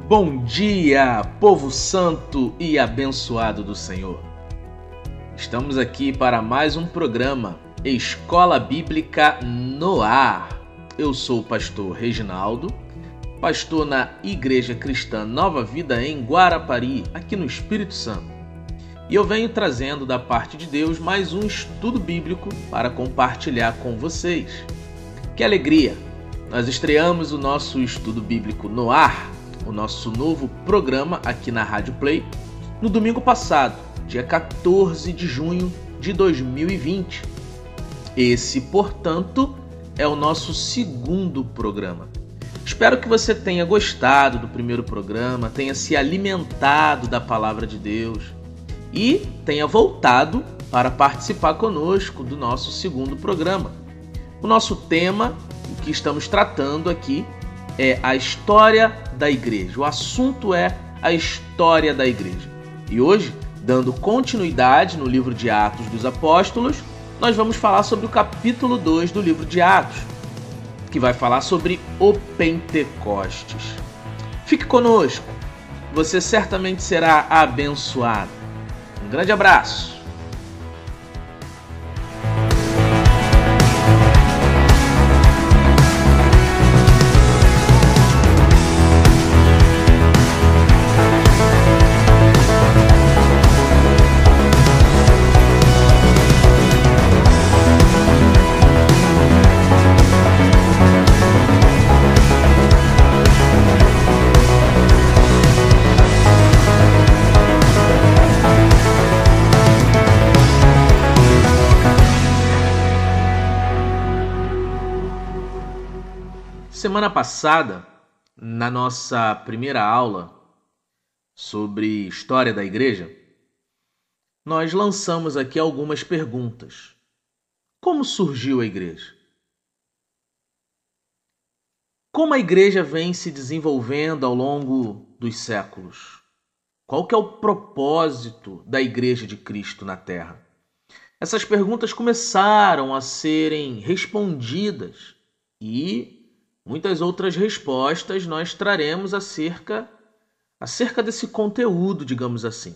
Bom dia, povo santo e abençoado do Senhor. Estamos aqui para mais um programa Escola Bíblica no Ar. Eu sou o pastor Reginaldo, pastor na Igreja Cristã Nova Vida em Guarapari, aqui no Espírito Santo. E eu venho trazendo da parte de Deus mais um estudo bíblico para compartilhar com vocês. Que alegria! Nós estreamos o nosso estudo bíblico no ar, o nosso novo programa aqui na Rádio Play, no domingo passado, dia 14 de junho de 2020. Esse, portanto, é o nosso segundo programa. Espero que você tenha gostado do primeiro programa, tenha se alimentado da palavra de Deus e tenha voltado para participar conosco do nosso segundo programa. O nosso tema, o que estamos tratando aqui, é a história da igreja. O assunto é a história da igreja. E hoje, dando continuidade no livro de Atos dos Apóstolos, nós vamos falar sobre o capítulo 2 do livro de Atos, que vai falar sobre o Pentecostes. Fique conosco, você certamente será abençoado. Um grande abraço! Semana passada, na nossa primeira aula sobre história da igreja, nós lançamos aqui algumas perguntas. Como surgiu a igreja? Como a igreja vem se desenvolvendo ao longo dos séculos? Qual que é o propósito da igreja de Cristo na Terra? Essas perguntas começaram a serem respondidas e muitas outras respostas nós traremos acerca desse conteúdo, digamos assim.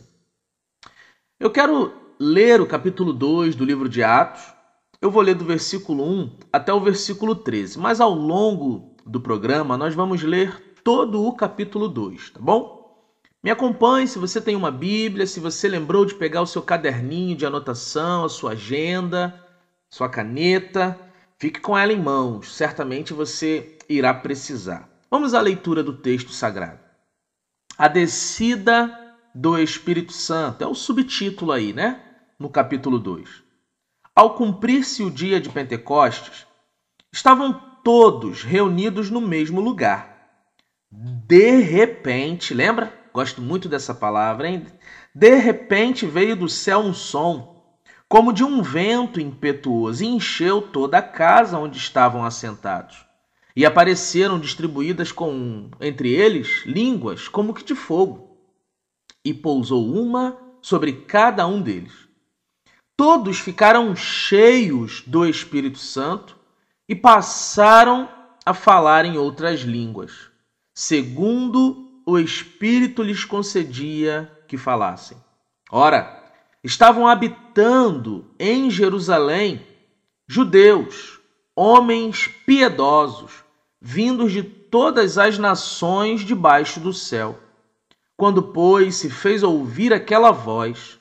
Eu quero ler o capítulo 2 do livro de Atos. Eu vou ler do versículo 1 até o versículo 13, mas ao longo do programa nós vamos ler todo o capítulo 2, tá bom? Me acompanhe se você tem uma Bíblia, se você lembrou de pegar o seu caderninho de anotação, a sua agenda, sua caneta. Fique com ela em mãos, certamente você irá precisar. Vamos à leitura do texto sagrado. A descida do Espírito Santo, é o subtítulo aí, né? No capítulo 2. Ao cumprir-se o dia de Pentecostes, estavam todos reunidos no mesmo lugar. De repente, lembra? Gosto muito dessa palavra, hein? De repente veio do céu um som, como de um vento impetuoso, e encheu toda a casa onde estavam assentados. E apareceram distribuídas entre eles línguas como que de fogo, e pousou uma sobre cada um deles. Todos ficaram cheios do Espírito Santo e passaram a falar em outras línguas, segundo o Espírito lhes concedia que falassem. Ora, estavam habitando em Jerusalém judeus, homens piedosos, vindos de todas as nações debaixo do céu. Quando, pois, se fez ouvir aquela voz,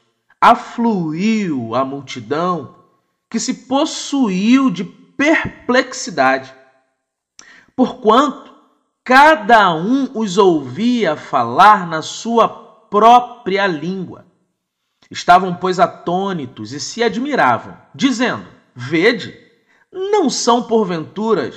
afluiu a multidão, que se possuiu de perplexidade, porquanto cada um os ouvia falar na sua própria língua. Estavam, pois, atônitos e se admiravam, dizendo: Vede, não são porventura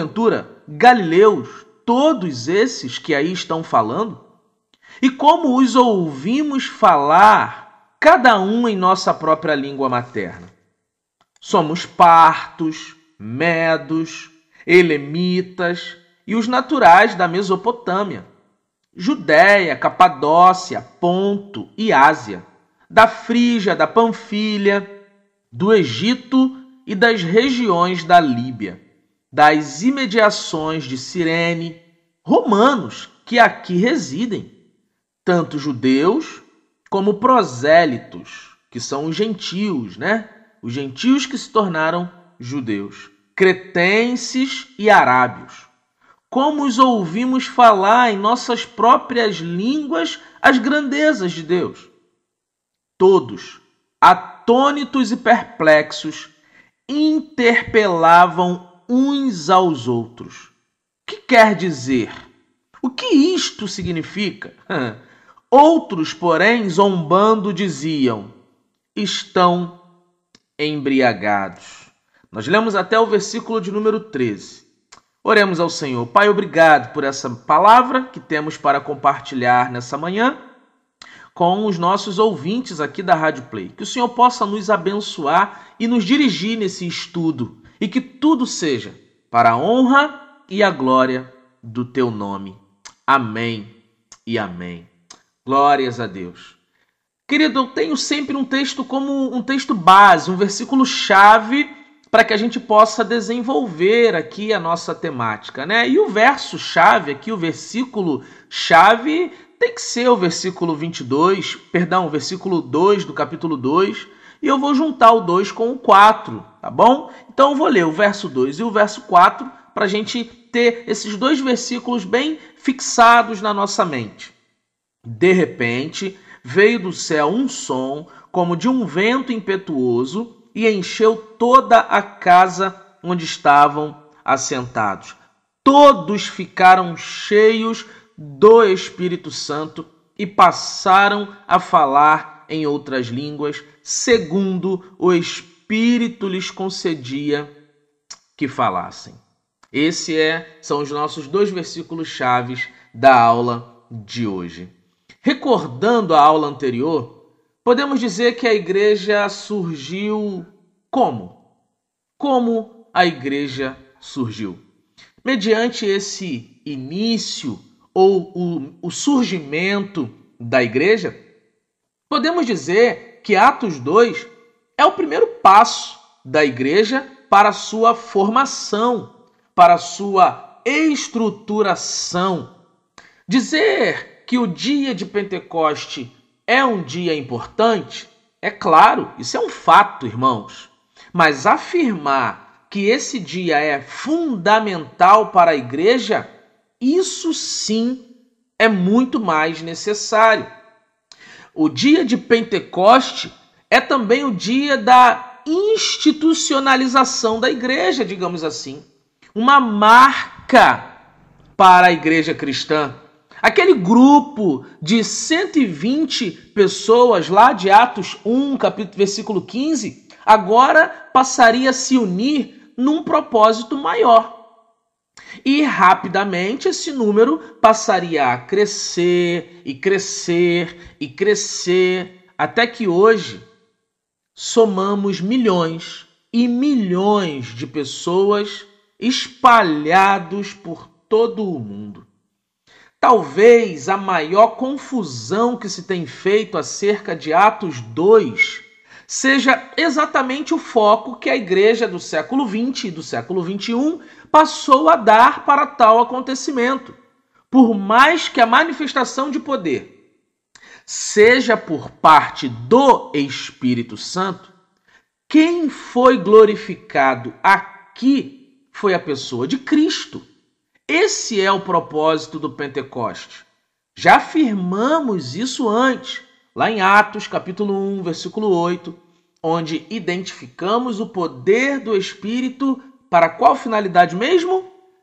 galileus todos esses que aí estão falando? E como os ouvimos falar, cada um em nossa própria língua materna? Somos partos, medos, elemitas e os naturais da Mesopotâmia, Judéia, Capadócia, Ponto e Ásia, da Frígia, da Panfilha, do Egito e das regiões da Líbia, das imediações de Cirene, romanos que aqui residem, tanto judeus como prosélitos, que são os gentios, né? Os gentios que se tornaram judeus, cretenses e arábios. Como os ouvimos falar em nossas próprias línguas as grandezas de Deus. Todos, atônitos e perplexos, interpelavam uns aos outros. O que quer dizer? O que isto significa? Outros, porém, zombando, diziam: estão embriagados. Nós lemos até o versículo de número 13. Oremos ao Senhor. Pai, obrigado por essa palavra que temos para compartilhar nessa manhã com os nossos ouvintes aqui da Rádio Play. Que o Senhor possa nos abençoar e nos dirigir nesse estudo e que tudo seja para a honra e a glória do Teu nome. Amém e amém. Glórias a Deus. Querido, eu tenho sempre um texto como um texto base, um versículo-chave para que a gente possa desenvolver aqui a nossa temática, né? E o verso-chave aqui, o versículo-chave, tem que ser o versículo 22, perdão, o versículo 2 do capítulo 2, e eu vou juntar o 2 com o 4, tá bom? Então eu vou ler o verso 2 e o verso 4 para a gente ter esses dois versículos bem fixados na nossa mente. De repente, veio do céu um som como de um vento impetuoso e encheu toda a casa onde estavam assentados. Todos ficaram cheios do Espírito Santo e passaram a falar em outras línguas, segundo o Espírito lhes concedia que falassem. São os nossos dois versículos chaves da aula de hoje. Recordando a aula anterior, podemos dizer que a igreja surgiu como? Como a igreja surgiu? Mediante esse início ou o surgimento da igreja, podemos dizer que Atos 2 é o primeiro passo da igreja para a sua formação, para a sua estruturação. Dizer que o dia de Pentecoste é um dia importante? É claro, isso é um fato, irmãos. Mas afirmar que esse dia é fundamental para a igreja, isso sim é muito mais necessário. O dia de Pentecoste é também o dia da institucionalização da igreja, digamos assim. Uma marca para a igreja cristã. Aquele grupo de 120 pessoas lá de Atos 1, versículo 15, agora passaria a se unir num propósito maior. E rapidamente esse número passaria a crescer e crescer e crescer, até que hoje somamos milhões e milhões de pessoas espalhados por todo o mundo. Talvez a maior confusão que se tem feito acerca de Atos 2 seja exatamente o foco que a igreja do século XX e do século XXI passou a dar para tal acontecimento. Por mais que a manifestação de poder seja por parte do Espírito Santo, quem foi glorificado aqui foi a pessoa de Cristo. Esse é o propósito do Pentecoste. Já afirmamos isso antes, lá em Atos, capítulo 1, versículo 8, onde identificamos o poder do Espírito para qual finalidade mesmo?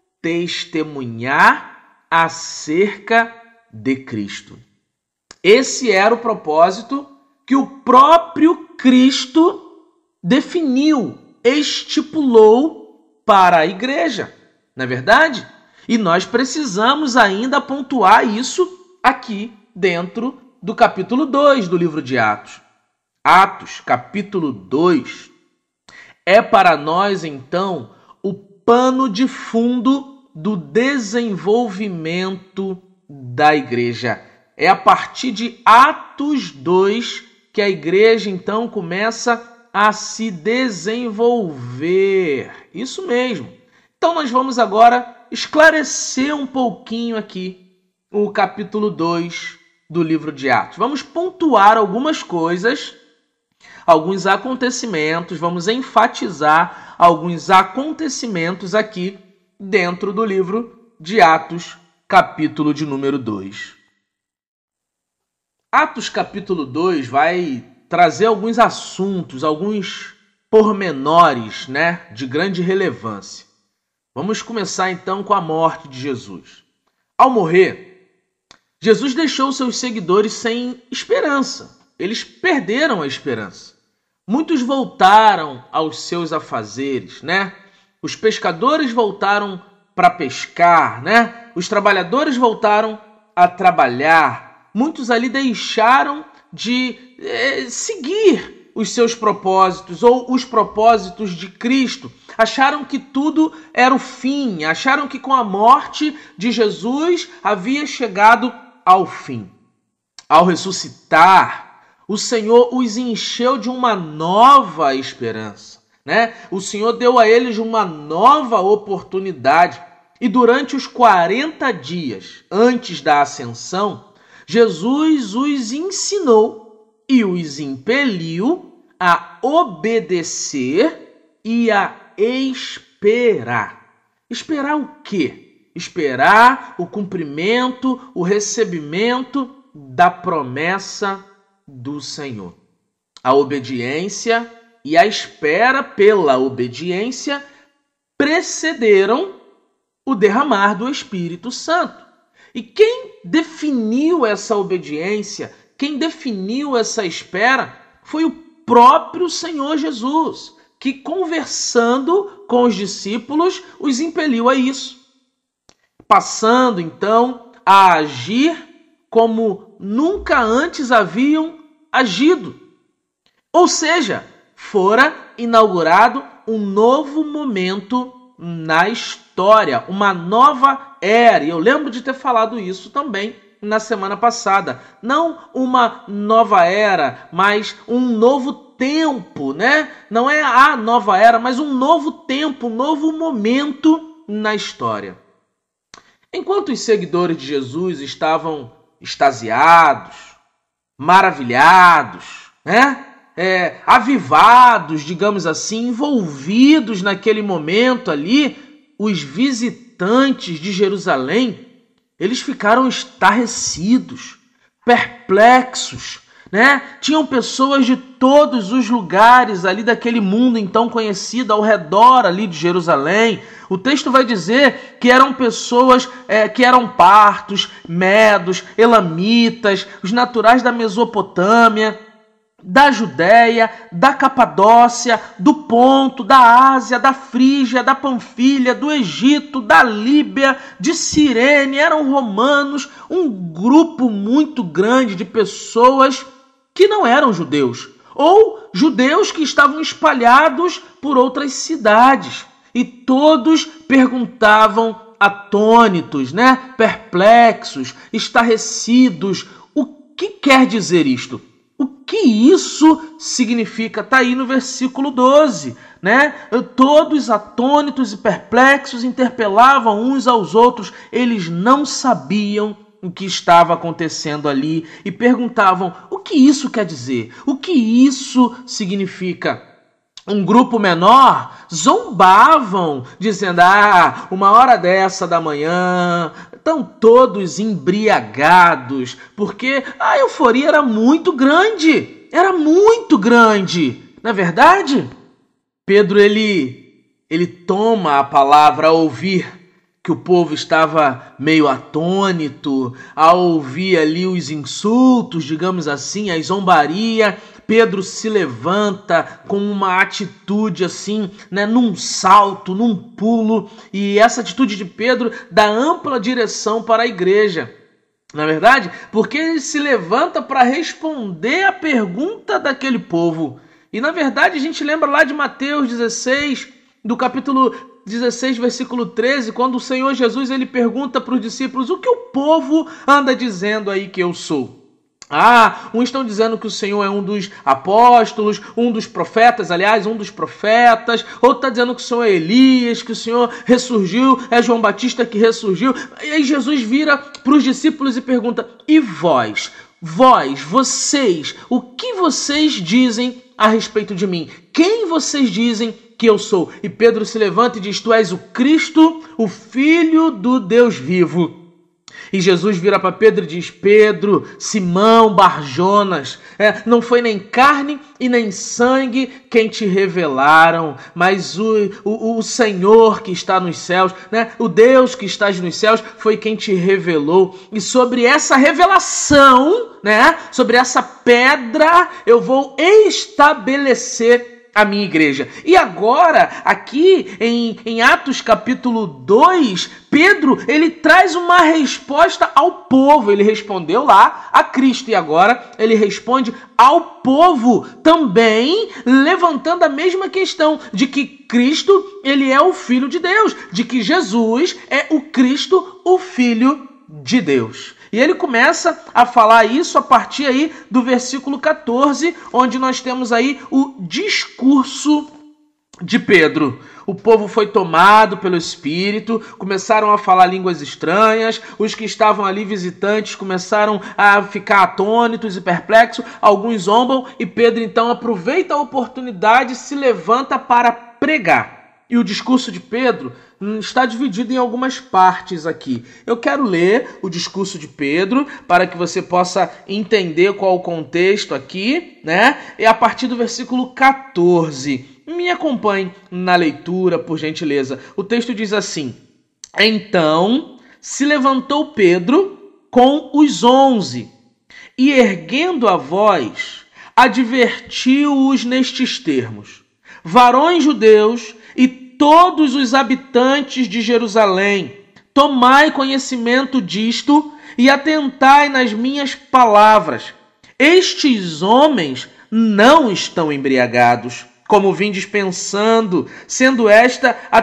Testemunhar acerca de Cristo. Esse era o propósito que o próprio Cristo definiu, estipulou para a igreja. Não é verdade? E nós precisamos ainda pontuar isso aqui dentro do capítulo 2 do livro de Atos. Atos, capítulo 2, é para nós, então, o pano de fundo do desenvolvimento da igreja. É a partir de Atos 2 que a igreja, então, começa a se desenvolver. Isso mesmo. Então, nós vamos agora esclarecer um pouquinho aqui o capítulo 2 do livro de Atos. Vamos pontuar algumas coisas, alguns acontecimentos, vamos enfatizar alguns acontecimentos aqui dentro do livro de Atos, capítulo de número 2. Atos, capítulo 2, vai trazer alguns assuntos, alguns pormenores, de grande relevância. Vamos começar então com a morte de Jesus. Ao morrer, Jesus deixou seus seguidores sem esperança. Eles perderam a esperança. Muitos voltaram aos seus afazeres, Os pescadores voltaram para pescar, Os trabalhadores voltaram a trabalhar. Muitos ali deixaram de seguir os seus propósitos ou os propósitos de Cristo. Acharam que tudo era o fim, acharam que com a morte de Jesus havia chegado ao fim. Ao ressuscitar, o Senhor os encheu de uma nova esperança, O Senhor deu a eles uma nova oportunidade. E durante os 40 dias antes da ascensão, Jesus os ensinou e os impeliu a obedecer e a esperar. Esperar o quê? Esperar o cumprimento, o recebimento da promessa do Senhor. A obediência e a espera pela obediência precederam o derramar do Espírito Santo. E quem definiu essa obediência, quem definiu essa espera, foi o próprio Senhor Jesus, que conversando com os discípulos, os impeliu a isso. Passando então a agir como nunca antes haviam agido. Ou seja, fora inaugurado um novo momento na história, uma nova era. E eu lembro de ter falado isso também na semana passada. Não uma nova era, mas um novo tempo, Não é a nova era, mas um novo tempo, um novo momento na história. Enquanto os seguidores de Jesus estavam extasiados, maravilhados, avivados, digamos assim, envolvidos naquele momento ali, os visitantes de Jerusalém, eles ficaram estarrecidos, perplexos, Tinham pessoas de todos os lugares ali daquele mundo então conhecido ao redor ali de Jerusalém. O texto vai dizer que eram pessoas que eram partos, medos, elamitas, os naturais da Mesopotâmia, da Judéia, da Capadócia, do Ponto, da Ásia, da Frígia, da Panfilha, do Egito, da Líbia, de Cirene. Eram romanos, um grupo muito grande de pessoas que não eram judeus, ou judeus que estavam espalhados por outras cidades. E todos perguntavam atônitos, perplexos, estarrecidos, o que quer dizer isto? O que isso significa? Está aí no versículo 12, Todos atônitos e perplexos interpelavam uns aos outros. Eles não sabiam o que estava acontecendo ali e perguntavam: o que isso quer dizer? O que isso significa? Um grupo menor zombavam, dizendo: uma hora dessa da manhã, estão todos embriagados, porque a euforia era muito grande, não é verdade? Pedro, ele toma a palavra ao ouvir que o povo estava meio atônito, ao ouvir ali os insultos, digamos assim, a zombaria. Pedro se levanta com uma atitude assim, num salto, num pulo, e essa atitude de Pedro dá ampla direção para a igreja. Na verdade, porque ele se levanta para responder a pergunta daquele povo. E na verdade a gente lembra lá de Mateus 16, do capítulo 16, versículo 13, quando o Senhor Jesus ele pergunta para os discípulos: o que o povo anda dizendo aí que eu sou? Uns estão dizendo que o Senhor é um dos apóstolos, um dos profetas, outro está dizendo que o Senhor é Elias, que o Senhor ressurgiu, é João Batista que ressurgiu. E aí Jesus vira para os discípulos e pergunta: e vós, vocês, o que vocês dizem a respeito de mim? Quem vocês dizem que eu sou? E Pedro se levanta e diz: tu és o Cristo, o Filho do Deus vivo. E Jesus vira para Pedro e diz: Pedro, Simão, Barjonas, não foi nem carne e nem sangue quem te revelaram, mas o Senhor que está nos céus, o Deus que está nos céus foi quem te revelou. E sobre essa revelação, sobre essa pedra, eu vou estabelecer a minha igreja. E agora, aqui em Atos capítulo 2, Pedro, ele traz uma resposta ao povo. Ele respondeu lá a Cristo e agora ele responde ao povo também, levantando a mesma questão de que Cristo, ele é o Filho de Deus, de que Jesus é o Cristo, o Filho de Deus. E ele começa a falar isso a partir aí do versículo 14, onde nós temos aí o discurso de Pedro. O povo foi tomado pelo Espírito, começaram a falar línguas estranhas, os que estavam ali visitantes começaram a ficar atônitos e perplexos, alguns zombam, e Pedro então aproveita a oportunidade e se levanta para pregar. E o discurso de Pedro está dividido em algumas partes aqui. Eu quero ler o discurso de Pedro para que você possa entender qual o contexto aqui, E a partir do versículo 14. Me acompanhe na leitura, por gentileza. O texto diz assim: então se levantou Pedro com os 11 e, erguendo a voz, advertiu-os nestes termos: varões judeus e todos os habitantes de Jerusalém, tomai conhecimento disto e atentai nas minhas palavras. Estes homens não estão embriagados, como vindes pensando, sendo esta a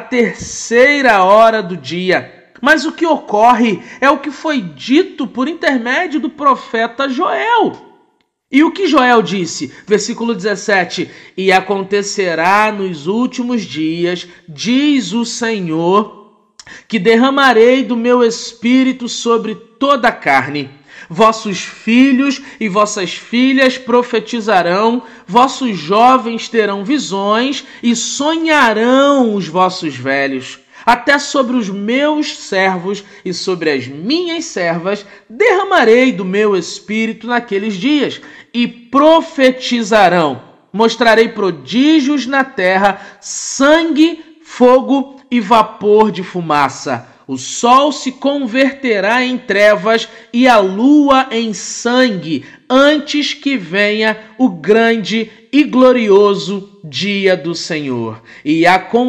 3ª hora do dia. Mas o que ocorre é o que foi dito por intermédio do profeta Joel. E o que Joel disse? Versículo 17: e acontecerá nos últimos dias, diz o Senhor, que derramarei do meu espírito sobre toda a carne. Vossos filhos e vossas filhas profetizarão, vossos jovens terão visões e sonharão os vossos velhos. Até sobre os meus servos e sobre as minhas servas derramarei do meu espírito naqueles dias, e profetizarão. Mostrarei prodígios na terra, sangue, fogo e vapor de fumaça. O sol se converterá em trevas e a lua em sangue, antes que venha o grande e glorioso dia do Senhor. E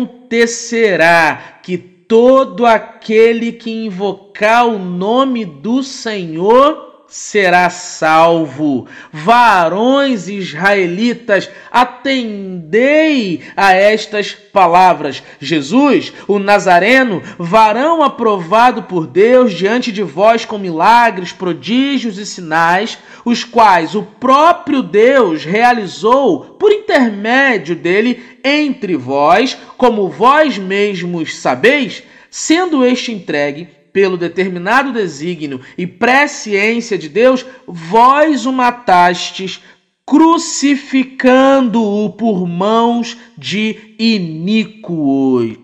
acontecerá que todo aquele que invocar o nome do Senhor será salvo. Varões israelitas, atendei a estas palavras. Jesus, o Nazareno, varão aprovado por Deus diante de vós com milagres, prodígios e sinais, os quais o próprio Deus realizou por intermédio dele entre vós, como vós mesmos sabeis, sendo este entregue pelo determinado desígnio e presciência de Deus, vós o matastes, crucificando-o por mãos de iníquos.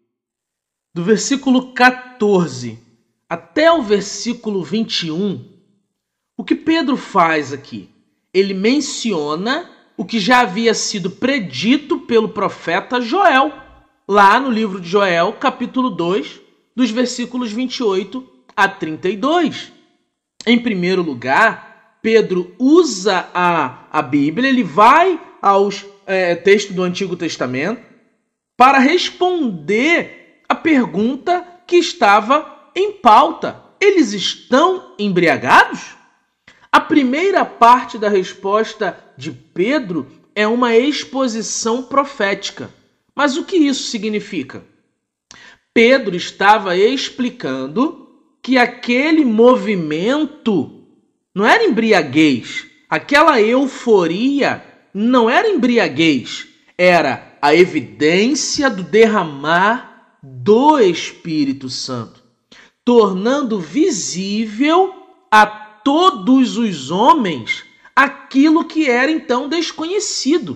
Do versículo 14 até o versículo 21, o que Pedro faz aqui? Ele menciona o que já havia sido predito pelo profeta Joel, lá no livro de Joel, capítulo 2, dos versículos 28 a 32. Em primeiro lugar, Pedro usa a Bíblia, ele vai aos textos do Antigo Testamento para responder a pergunta que estava em pauta. Eles estão embriagados? A primeira parte da resposta de Pedro é uma exposição profética. Mas o que isso significa? Pedro estava explicando que aquele movimento não era embriaguez. Aquela euforia não era embriaguez, era a evidência do derramar do Espírito Santo, tornando visível a todos os homens aquilo que era então desconhecido.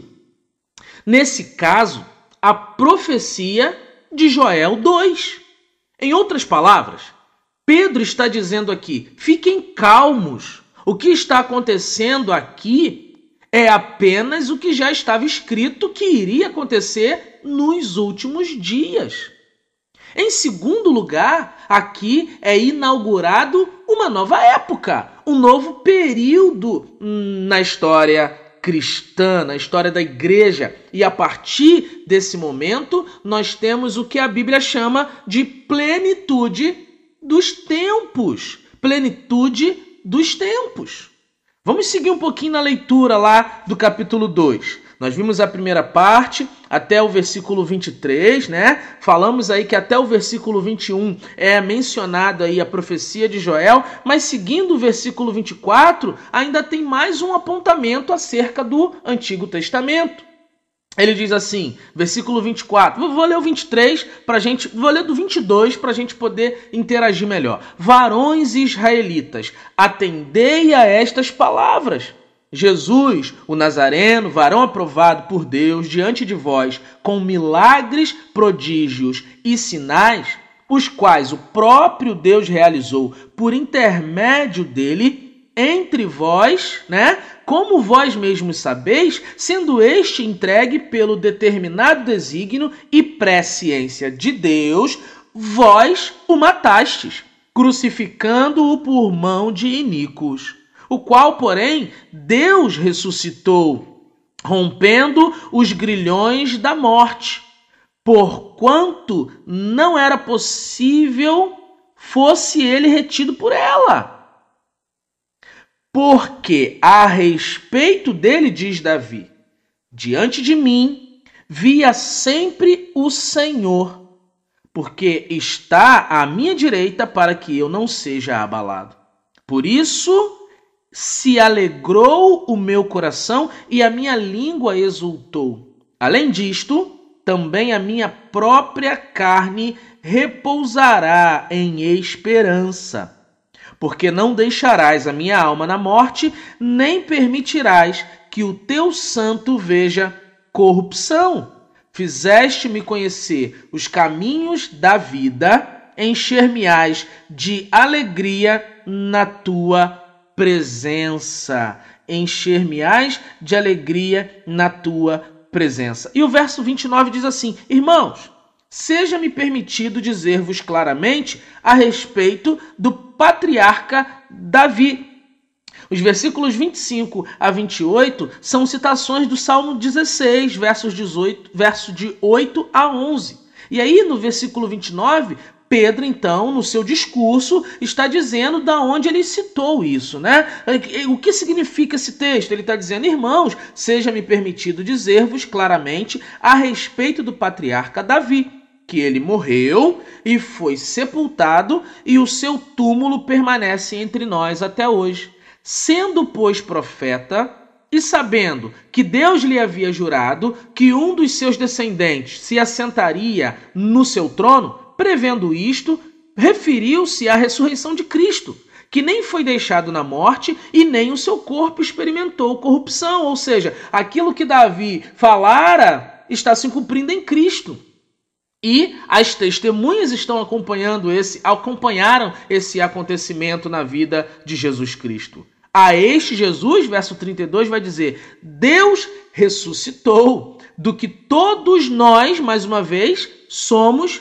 Nesse caso, a profecia de Joel 2. Em outras palavras, Pedro está dizendo aqui, fiquem calmos. O que está acontecendo aqui é apenas o que já estava escrito que iria acontecer nos últimos dias. Em segundo lugar, aqui é inaugurado uma nova época, um novo período na história cristã, na história da igreja. E a partir desse momento, nós temos o que a Bíblia chama de plenitude dos tempos. Plenitude dos tempos. Vamos seguir um pouquinho na leitura lá do capítulo 2. Nós vimos a primeira parte até o versículo 23, né? Falamos aí que até o versículo 21 é mencionado aí a profecia de Joel, mas seguindo o versículo 24, ainda tem mais um apontamento acerca do Antigo Testamento. Ele diz assim, versículo 24, vou ler o 23 vou ler do 22 para a gente poder interagir melhor. Varões israelitas, atendei a estas palavras. Jesus, o Nazareno, varão aprovado por Deus diante de vós, com milagres, prodígios e sinais, os quais o próprio Deus realizou por intermédio dele entre vós, né? Como vós mesmos sabeis, sendo este entregue pelo determinado desígnio e presciência de Deus, vós o matastes, crucificando-o por mão de iníquos, o qual, porém, Deus ressuscitou, rompendo os grilhões da morte, porquanto não era possível fosse ele retido por ela. Porque a respeito dele, diz Davi, diante de mim via sempre o Senhor, porque está à minha direita para que eu não seja abalado. Por isso se alegrou o meu coração e a minha língua exultou. Além disto, também a minha própria carne repousará em esperança. Porque não deixarás a minha alma na morte, nem permitirás que o teu santo veja corrupção. Fizeste-me conhecer os caminhos da vida, encher-me-ás de alegria na tua presença. Encher-me-ás de alegria na tua presença. E o verso 29 diz assim, irmãos, seja-me permitido dizer-vos claramente a respeito do patriarca Davi. Os versículos 25 a 28 são citações do Salmo 16, verso de 8 a 11. E aí, no versículo 29, Pedro, então, no seu discurso, está dizendo da onde ele citou isso, né? O que significa esse texto? Ele está dizendo, irmãos, seja-me permitido dizer-vos claramente a respeito do patriarca Davi, que ele morreu e foi sepultado e o seu túmulo permanece entre nós até hoje. Sendo, pois, profeta e sabendo que Deus lhe havia jurado que um dos seus descendentes se assentaria no seu trono, prevendo isto, referiu-se à ressurreição de Cristo, que nem foi deixado na morte e nem o seu corpo experimentou corrupção. Ou seja, aquilo que Davi falara está se cumprindo em Cristo. E as testemunhas acompanharam esse acontecimento na vida de Jesus Cristo. A este Jesus, verso 32, vai dizer, Deus ressuscitou, do que todos nós, mais uma vez, somos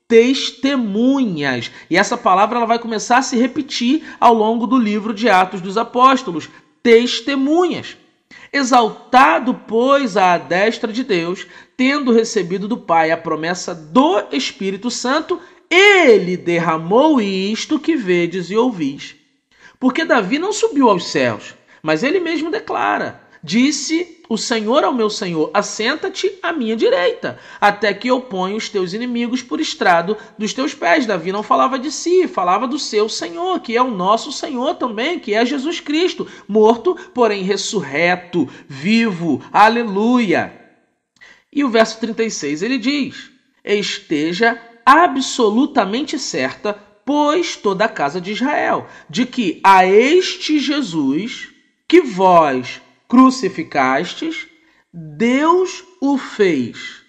testemunhas. E essa palavra ela vai começar a se repetir ao longo do livro de Atos dos Apóstolos. Testemunhas. Exaltado, pois, à destra de Deus, tendo recebido do Pai a promessa do Espírito Santo, ele derramou isto que vedes e ouvis. Porque Davi não subiu aos céus, mas ele mesmo declara, Disse o Senhor ao meu Senhor: assenta-te à minha direita, até que eu ponha os teus inimigos por estrado dos teus pés. Davi não falava de si, falava do seu Senhor, que é o nosso Senhor também, que é Jesus Cristo, morto, porém ressurreto, vivo. Aleluia! E o verso 36, ele diz: esteja absolutamente certa, pois toda a casa de Israel, de que a este Jesus que vós crucificastes, Deus o fez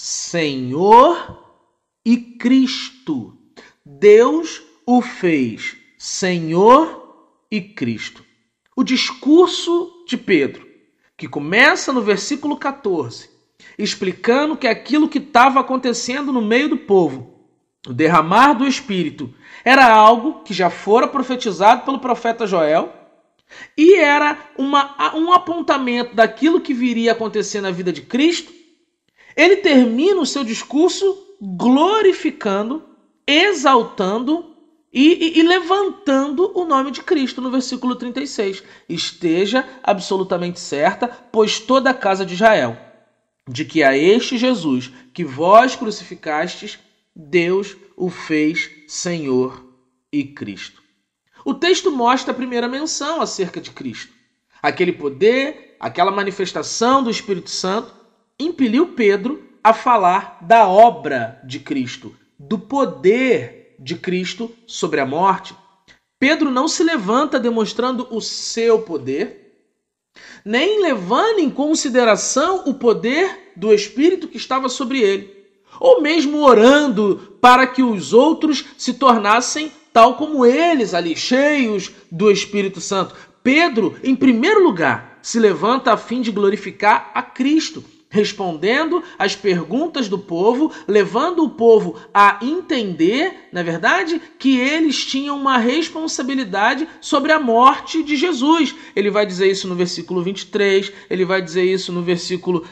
Senhor e Cristo. Deus o fez Senhor e Cristo. O discurso de Pedro, que começa no versículo 14, explicando que aquilo que estava acontecendo no meio do povo, o derramar do Espírito, era algo que já fora profetizado pelo profeta Joel, e era um apontamento daquilo que viria a acontecer na vida de Cristo. Ele termina o seu discurso glorificando, exaltando e levantando o nome de Cristo no versículo 36. Esteja absolutamente certa, pois toda a casa de Israel, de que a este Jesus que vós crucificastes, Deus o fez Senhor e Cristo. O texto mostra a primeira menção acerca de Cristo. Aquele poder, aquela manifestação do Espírito Santo, impeliu Pedro a falar da obra de Cristo, do poder de Cristo sobre a morte. Pedro não se levanta demonstrando o seu poder, nem levando em consideração o poder do Espírito que estava sobre ele, ou mesmo orando para que os outros se tornassem tal como eles ali, cheios do Espírito Santo. Pedro, em primeiro lugar, se levanta a fim de glorificar a Cristo, respondendo às perguntas do povo, levando o povo a entender, na verdade, que eles tinham uma responsabilidade sobre a morte de Jesus. Ele vai dizer isso no versículo 23, ele vai dizer isso no versículo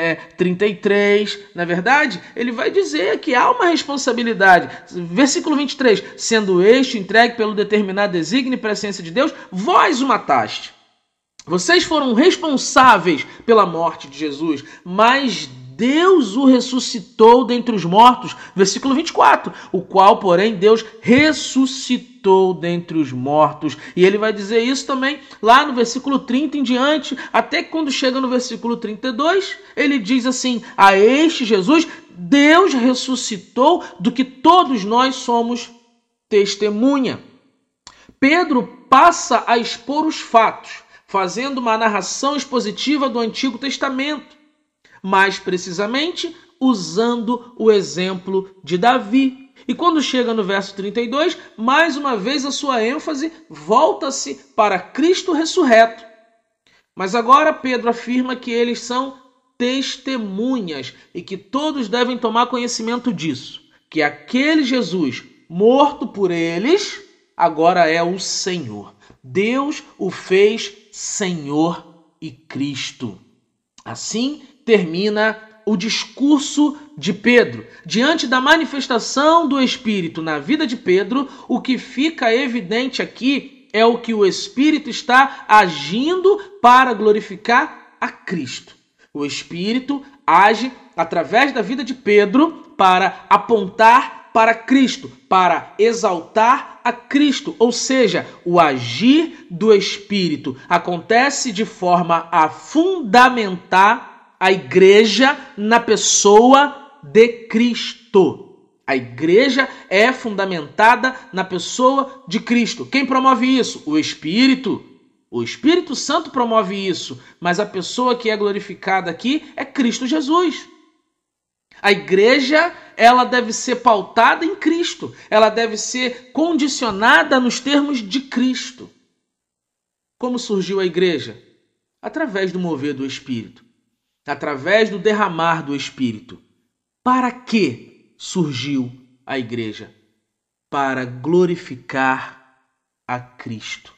33, na verdade, ele vai dizer que há uma responsabilidade. Versículo 23, sendo este entregue pelo determinado desígnio e presciência de Deus, vós o mataste. Vocês foram responsáveis pela morte de Jesus, mas Deus o ressuscitou dentre os mortos. Versículo 24. O qual, porém, Deus ressuscitou dentre os mortos. E ele vai dizer isso também lá no versículo 30 em diante, até que quando chega no versículo 32, ele diz assim: a este Jesus, Deus ressuscitou, do que todos nós somos testemunha. Pedro passa a expor os fatos, fazendo uma narração expositiva do Antigo Testamento, mais precisamente usando o exemplo de Davi. E quando chega no verso 32, mais uma vez a sua ênfase volta-se para Cristo ressurreto. Mas agora Pedro afirma que eles são testemunhas e que todos devem tomar conhecimento disso, que aquele Jesus morto por eles agora é o Senhor. Deus o fez Senhor e Cristo. Assim termina o discurso de Pedro. Diante da manifestação do Espírito na vida de Pedro, o que fica evidente aqui é o que o Espírito está agindo para glorificar a Cristo. O Espírito age através da vida de Pedro para apontar para Cristo, para exaltar a Cristo, ou seja, o agir do Espírito acontece de forma a fundamentar a igreja na pessoa de Cristo. A igreja é fundamentada na pessoa de Cristo. Quem promove isso? O Espírito. O Espírito Santo promove isso, mas a pessoa que é glorificada aqui é Cristo Jesus. A igreja, ela deve ser pautada em Cristo. Ela deve ser condicionada nos termos de Cristo. Como surgiu a igreja? Através do mover do Espírito. Através do derramar do Espírito. Para que surgiu a igreja? Para glorificar a Cristo.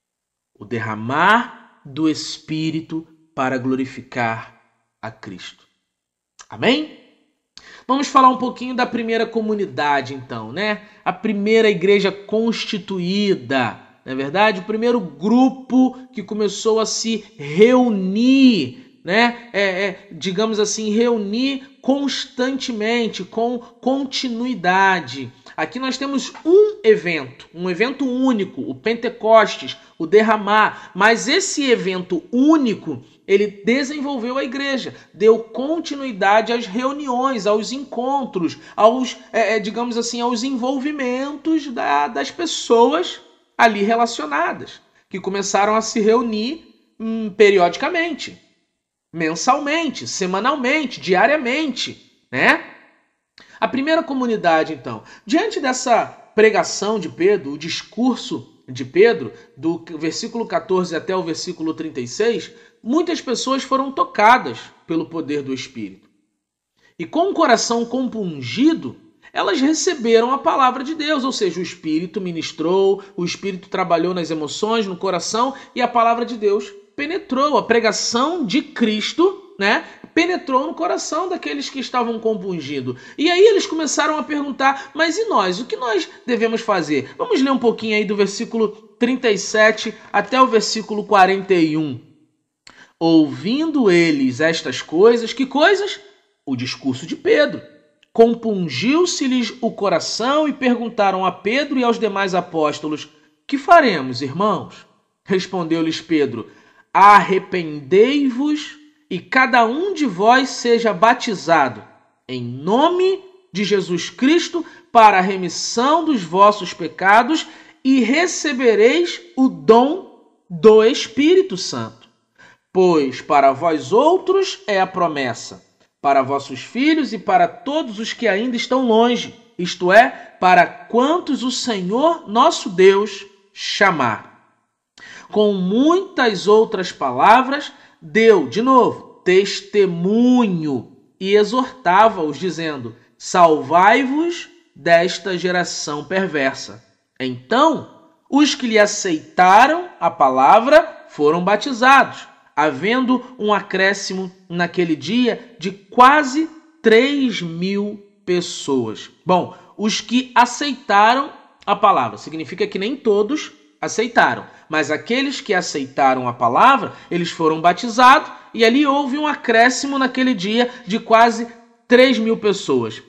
O derramar do Espírito para glorificar a Cristo. Amém? Vamos falar um pouquinho da primeira comunidade, então, né? A primeira igreja constituída não é verdade? O primeiro grupo que começou a se reunir, né? Digamos assim, reunir constantemente, com continuidade. Aqui nós temos um evento único, o Pentecostes, o derramar. Mas esse evento único, ele desenvolveu a igreja, deu continuidade às reuniões, aos encontros, digamos assim, aos envolvimentos das pessoas ali relacionadas, que começaram a se reunir periodicamente, mensalmente, semanalmente, diariamente, né? A primeira comunidade, então, diante dessa pregação de Pedro, o discurso de Pedro, do versículo 14 até o versículo 36, muitas pessoas foram tocadas pelo poder do Espírito. E com o coração compungido, elas receberam a palavra de Deus, ou seja, o Espírito ministrou, o Espírito trabalhou nas emoções, no coração, e a palavra de Deus penetrou. A pregação de Cristo, né, penetrou no coração daqueles que estavam compungidos. E aí eles começaram a perguntar, mas e nós? O que nós devemos fazer? Vamos ler um pouquinho aí do versículo 37 até o versículo 41. Ouvindo eles estas coisas, que coisas? O discurso de Pedro. Compungiu-se-lhes o coração e perguntaram a Pedro e aos demais apóstolos, que faremos, irmãos? Respondeu-lhes Pedro, arrependei-vos e cada um de vós seja batizado em nome de Jesus Cristo para a remissão dos vossos pecados e recebereis o dom do Espírito Santo. Pois para vós outros é a promessa, para vossos filhos e para todos os que ainda estão longe, isto é, para quantos o Senhor nosso Deus chamar. Com muitas outras palavras, deu, de novo, testemunho e exortava-os, dizendo, salvai-vos desta geração perversa. Então, os que lhe aceitaram a palavra foram batizados, havendo um acréscimo naquele dia de quase 3.000 pessoas. Bom, os que aceitaram a palavra, significa que nem todos aceitaram, mas aqueles que aceitaram a palavra, eles foram batizados e ali houve um acréscimo naquele dia de quase 3.000 pessoas.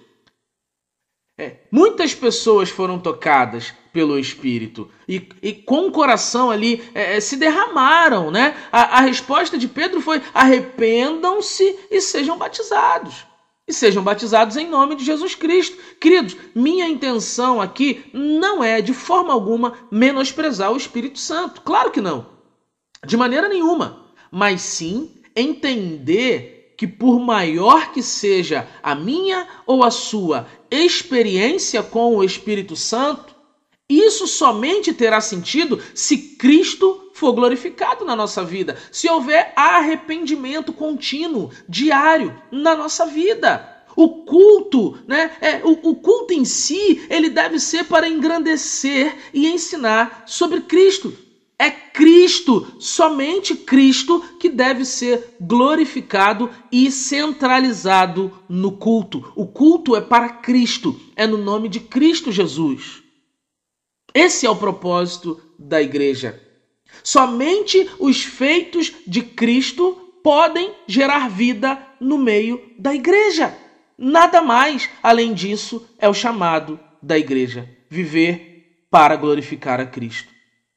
Muitas pessoas foram tocadas pelo Espírito e com o coração ali se derramaram, né? A resposta de Pedro foi, arrependam-se e sejam batizados. E sejam batizados em nome de Jesus Cristo. Queridos, minha intenção aqui não é de forma alguma menosprezar o Espírito Santo. Claro que não. De maneira nenhuma. Mas sim entender que por maior que seja a minha ou a sua experiência com o Espírito Santo, isso somente terá sentido se Cristo for glorificado na nossa vida, se houver arrependimento contínuo, diário, na nossa vida. O culto, né? O culto em si, ele deve ser para engrandecer e ensinar sobre Cristo. É Cristo, somente Cristo, que deve ser glorificado e centralizado no culto. O culto é para Cristo, é no nome de Cristo Jesus. Esse é o propósito da igreja. Somente os feitos de Cristo podem gerar vida no meio da igreja. Nada mais, além disso, é o chamado da igreja. Viver para glorificar a Cristo.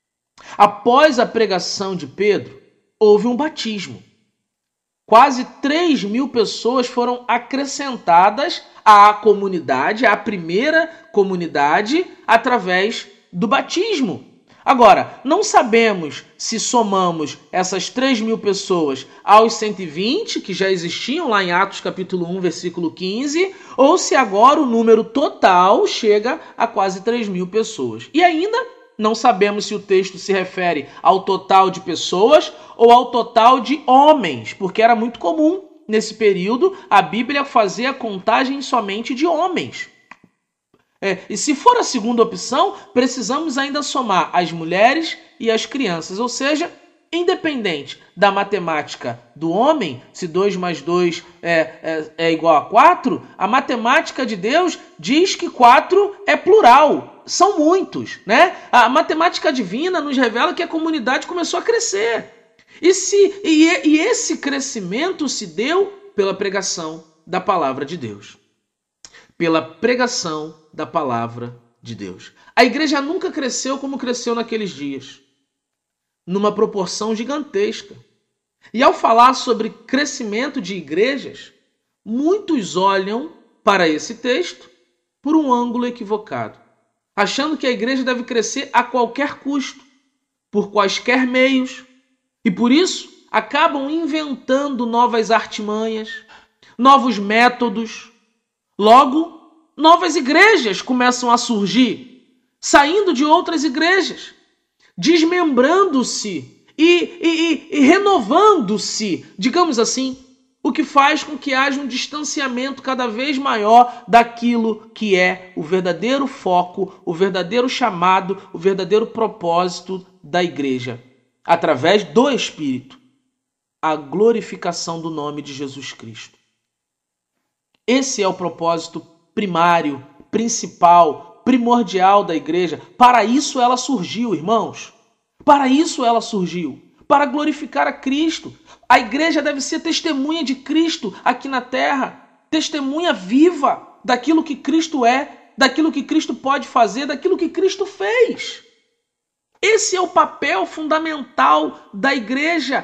Após a pregação de Pedro, houve um batismo. Quase 3.000 pessoas foram acrescentadas à comunidade, à primeira comunidade, através do batismo. Agora, não sabemos se somamos essas 3.000 pessoas aos 120 que já existiam lá em Atos capítulo 1, versículo 15, ou se agora o número total chega a quase 3.000 pessoas. E ainda não sabemos se o texto se refere ao total de pessoas ou ao total de homens, porque era muito comum, nesse período, a Bíblia fazer a contagem somente de homens. E se for a segunda opção, precisamos ainda somar as mulheres e as crianças, ou seja, independente da matemática do homem, se 2 mais 2 é igual a 4, a matemática de Deus diz que 4 é plural. São muitos, né? A matemática divina nos revela que a comunidade começou a crescer. E esse crescimento se deu pela pregação da palavra de Deus. Pela pregação da palavra de Deus. A igreja nunca cresceu como cresceu naqueles dias, numa proporção gigantesca. E ao falar sobre crescimento de igrejas, muitos olham para esse texto por um ângulo equivocado, achando que a igreja deve crescer a qualquer custo, por quaisquer meios, e por isso acabam inventando novas artimanhas, novos métodos. Logo, novas igrejas começam a surgir, saindo de outras igrejas, desmembrando-se e renovando-se, digamos assim, o que faz com que haja um distanciamento cada vez maior daquilo que é o verdadeiro foco, o verdadeiro chamado, o verdadeiro propósito da igreja, através do Espírito, a glorificação do nome de Jesus Cristo. Esse é o propósito primário, principal, primordial da igreja. Para isso ela surgiu, irmãos. Para isso ela surgiu. Para glorificar a Cristo. A igreja deve ser testemunha de Cristo aqui na terra. Testemunha viva daquilo que Cristo é, daquilo que Cristo pode fazer, daquilo que Cristo fez. Esse é o papel fundamental da igreja.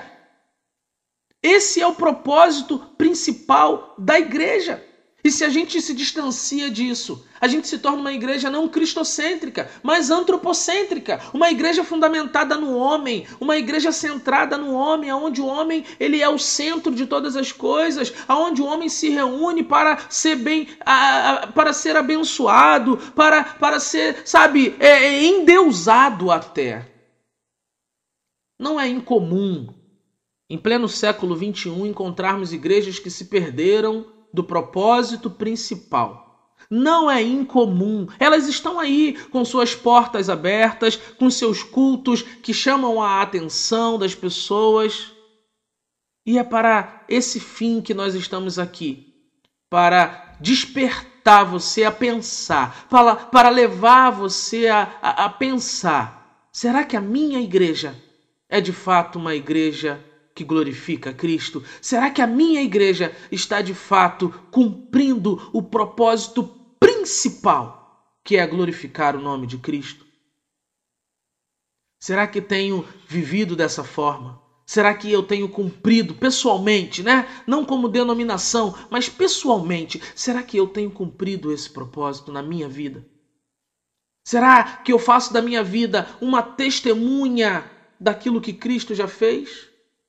Esse é o propósito principal da igreja. E se a gente se distancia disso, a gente se torna uma igreja não cristocêntrica, mas antropocêntrica. Uma igreja fundamentada no homem, uma igreja centrada no homem, onde o homem ele é o centro de todas as coisas, onde o homem se reúne para ser para ser abençoado, para ser, endeusado até. Não é incomum, em pleno século XXI, encontrarmos igrejas que se perderam do propósito principal. Não é incomum. Elas estão aí com suas portas abertas, com seus cultos que chamam a atenção das pessoas. E é para esse fim que nós estamos aqui, para despertar você a pensar, para levar você a pensar. Será que a minha igreja é de fato uma igreja que glorifica a Cristo? Será que a minha igreja está de fato cumprindo o propósito principal, que é glorificar o nome de Cristo? Será que tenho vivido dessa forma? Será que eu tenho cumprido pessoalmente, Não como denominação, mas pessoalmente. Será que eu tenho cumprido esse propósito na minha vida? Será que eu faço da minha vida uma testemunha daquilo que Cristo já fez?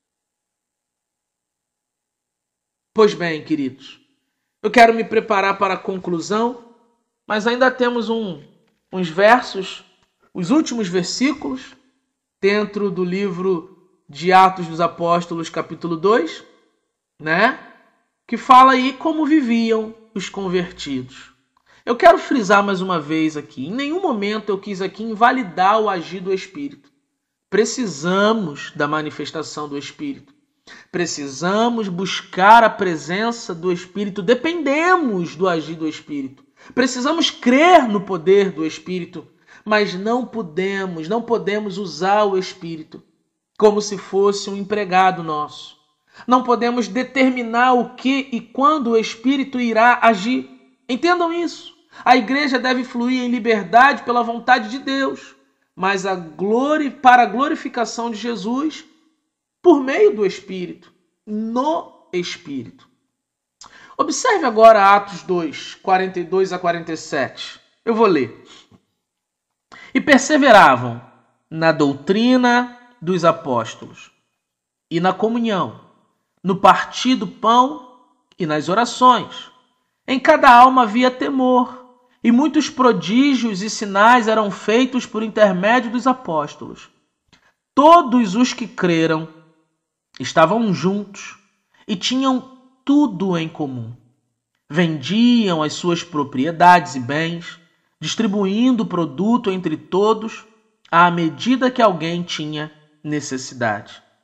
Pois bem, queridos, eu quero me preparar para a conclusão, mas ainda temos uns versos, os últimos versículos, dentro do livro de Atos dos Apóstolos, capítulo 2, que fala aí como viviam os convertidos. Eu quero frisar mais uma vez aqui, em nenhum momento eu quis aqui invalidar o agir do Espírito. Precisamos da manifestação do Espírito. Precisamos buscar a presença do Espírito, dependemos do agir do Espírito. Precisamos crer no poder do Espírito, mas não podemos usar o Espírito como se fosse um empregado nosso. Não podemos determinar o que e quando o Espírito irá agir. Entendam isso. A igreja deve fluir em liberdade pela vontade de Deus, mas para a glorificação de Jesus, por meio do Espírito, no Espírito. Observe agora Atos 2, 42 a 47. Eu vou ler. E perseveravam na doutrina dos apóstolos, e na comunhão, no partir do pão e nas orações. Em cada alma havia temor, e muitos prodígios e sinais eram feitos por intermédio dos apóstolos. Todos os que creram estavam juntos e tinham tudo em comum. Vendiam as suas propriedades e bens, distribuindo o produto entre todos à medida que alguém tinha necessidade.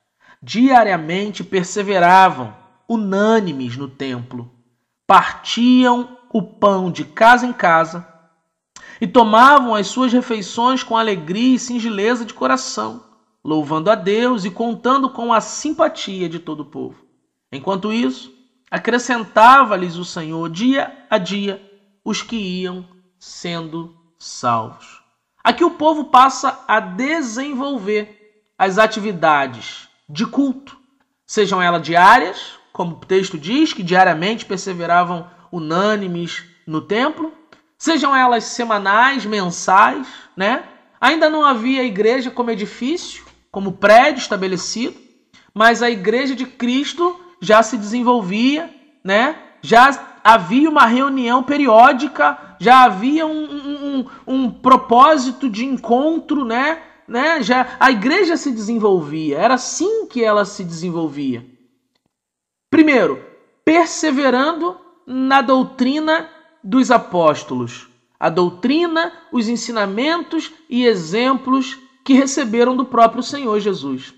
diariamente perseveravam, unânimes no templo, partiam o pão de casa em casa e tomavam as suas refeições com alegria e singeleza de coração, louvando a Deus e contando com a simpatia de todo o povo. Enquanto isso, acrescentava-lhes o Senhor dia a dia os que iam sendo salvos. Aqui o povo passa a desenvolver as atividades de culto, sejam elas diárias, como o texto diz, que diariamente perseveravam unânimes no templo, sejam elas semanais, mensais, né? Ainda não havia igreja como edifício, como prédio estabelecido, mas a igreja de Cristo já se desenvolvia, né? Já havia uma reunião periódica, já havia um propósito de encontro, né? Já a igreja se desenvolvia, era assim que ela se desenvolvia. Primeiro, perseverando na doutrina dos apóstolos, a doutrina, os ensinamentos e exemplos que receberam do próprio Senhor Jesus.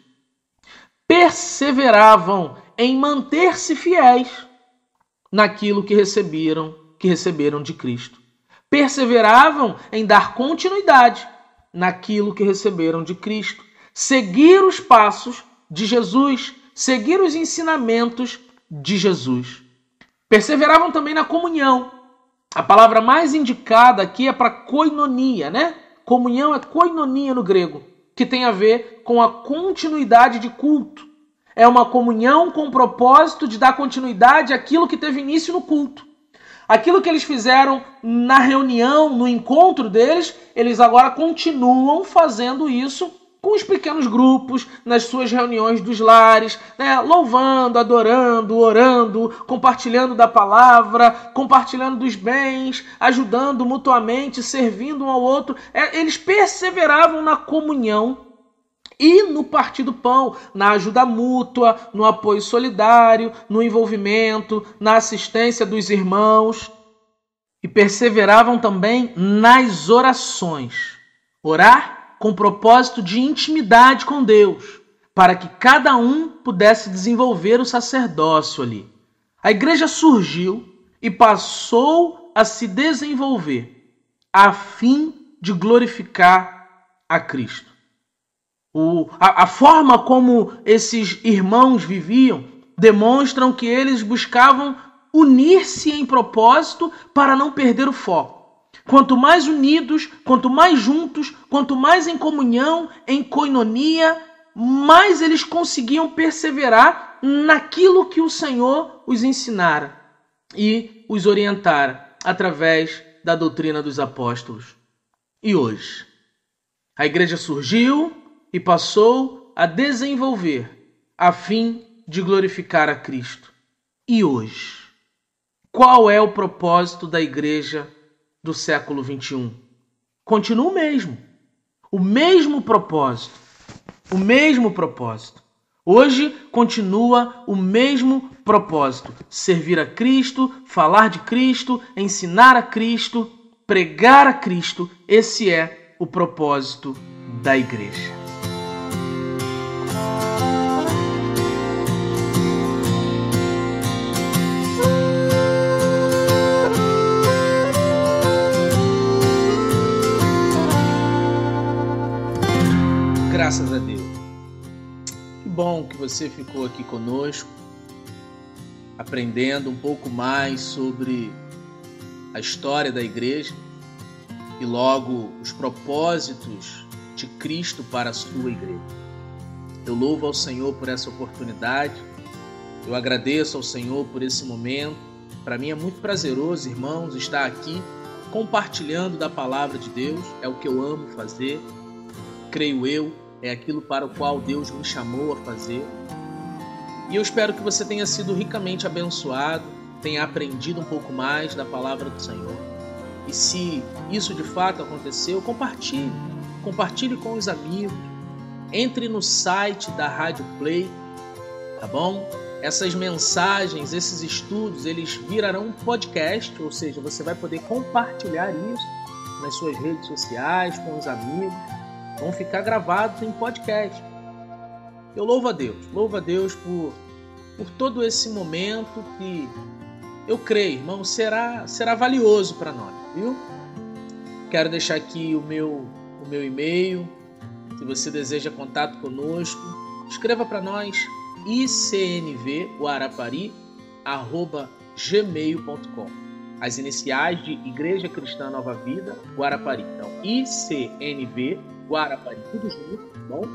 Perseveravam em manter-se fiéis naquilo que receberam de Cristo. Perseveravam em dar continuidade naquilo que receberam de Cristo. Seguir os passos de Jesus, seguir os ensinamentos de Jesus. Perseveravam também na comunhão. A palavra mais indicada aqui é para koinonia, né? Comunhão é koinonia no grego, que tem a ver com a continuidade de culto. É uma comunhão com o propósito de dar continuidade àquilo que teve início no culto. Aquilo que eles fizeram na reunião, no encontro deles, eles agora continuam fazendo isso com os pequenos grupos, nas suas reuniões dos lares, né? Louvando, adorando, orando, compartilhando da palavra, compartilhando dos bens, ajudando mutuamente, servindo um ao outro. Eles perseveravam na comunhão e no partir do pão, na ajuda mútua, no apoio solidário, no envolvimento, na assistência dos irmãos. E perseveravam também nas orações. Orar com o propósito de intimidade com Deus, para que cada um pudesse desenvolver o sacerdócio ali. A igreja surgiu e passou a se desenvolver a fim de glorificar a Cristo. A forma como esses irmãos viviam demonstram que eles buscavam unir-se em propósito para não perder o foco. Quanto mais unidos, quanto mais juntos, quanto mais em comunhão, em koinonia, mais eles conseguiam perseverar naquilo que o Senhor os ensinara e os orientara através da doutrina dos apóstolos. E hoje, a igreja surgiu e passou a desenvolver a fim de glorificar a Cristo. E hoje, qual é o propósito da igreja do século XXI? Continua o mesmo propósito, Hoje continua o mesmo propósito, servir a Cristo, falar de Cristo, ensinar a Cristo, pregar a Cristo. Esse é o propósito da igreja. Graças a Deus. Que bom que você ficou aqui conosco, aprendendo um pouco mais sobre a história da igreja e logo os propósitos de Cristo para a sua igreja. Eu louvo ao Senhor por essa oportunidade, eu agradeço ao Senhor por esse momento. Para mim é muito prazeroso, irmãos, estar aqui compartilhando da palavra de Deus, é o que eu amo fazer, creio eu, é aquilo para o qual Deus me chamou a fazer. E eu espero que você tenha sido ricamente abençoado, tenha aprendido um pouco mais da palavra do Senhor. E se isso de fato aconteceu, compartilhe com os amigos, entre no site da Rádio Play, tá bom? Essas mensagens, esses estudos, eles virarão um podcast, ou seja, você vai poder compartilhar isso nas suas redes sociais, com os amigos, vão ficar gravados em podcast. Eu louvo a Deus por todo esse momento que eu creio, irmão, será valioso para nós, viu? Quero deixar aqui o meu e-mail. Se você deseja contato conosco, escreva para nós icnvguarapari@gmail.com. As iniciais de Igreja Cristã Nova Vida, Guarapari. Então, icnvguarapari, tudo junto, tá bom?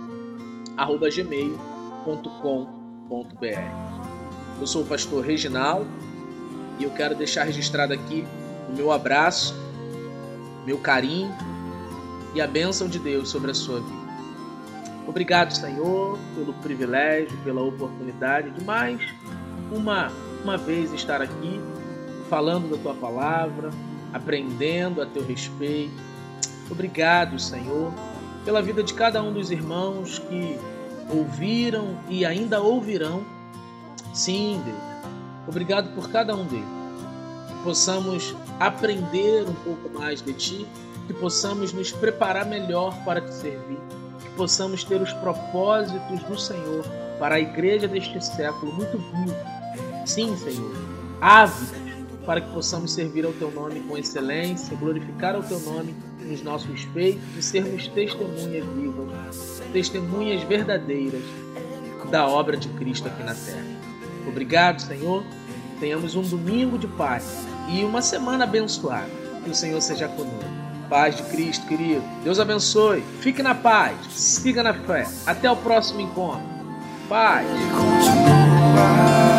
@gmail.com.br. Eu sou o pastor Reginaldo e eu quero deixar registrado aqui o meu abraço, meu carinho e a bênção de Deus sobre a sua vida. Obrigado, Senhor, pelo privilégio, pela oportunidade de mais uma vez estar aqui falando da Tua palavra, aprendendo a Teu respeito. Obrigado, Senhor, pela vida de cada um dos irmãos que ouviram e ainda ouvirão. Sim, Deus, obrigado por cada um deles. Que possamos aprender um pouco mais de Ti, que possamos nos preparar melhor para Te servir, que possamos ter os propósitos do Senhor para a igreja deste século muito vivo. Sim, Senhor, ávidos, para que possamos servir ao Teu nome com excelência, glorificar ao Teu nome nos nossos feitos e sermos testemunhas vivas, testemunhas verdadeiras da obra de Cristo aqui na terra. Obrigado, Senhor. Tenhamos um domingo de paz e uma semana abençoada. Que o Senhor seja conosco. Paz de Cristo, querido. Deus abençoe. Fique na paz. Siga na fé. Até o próximo encontro. Paz.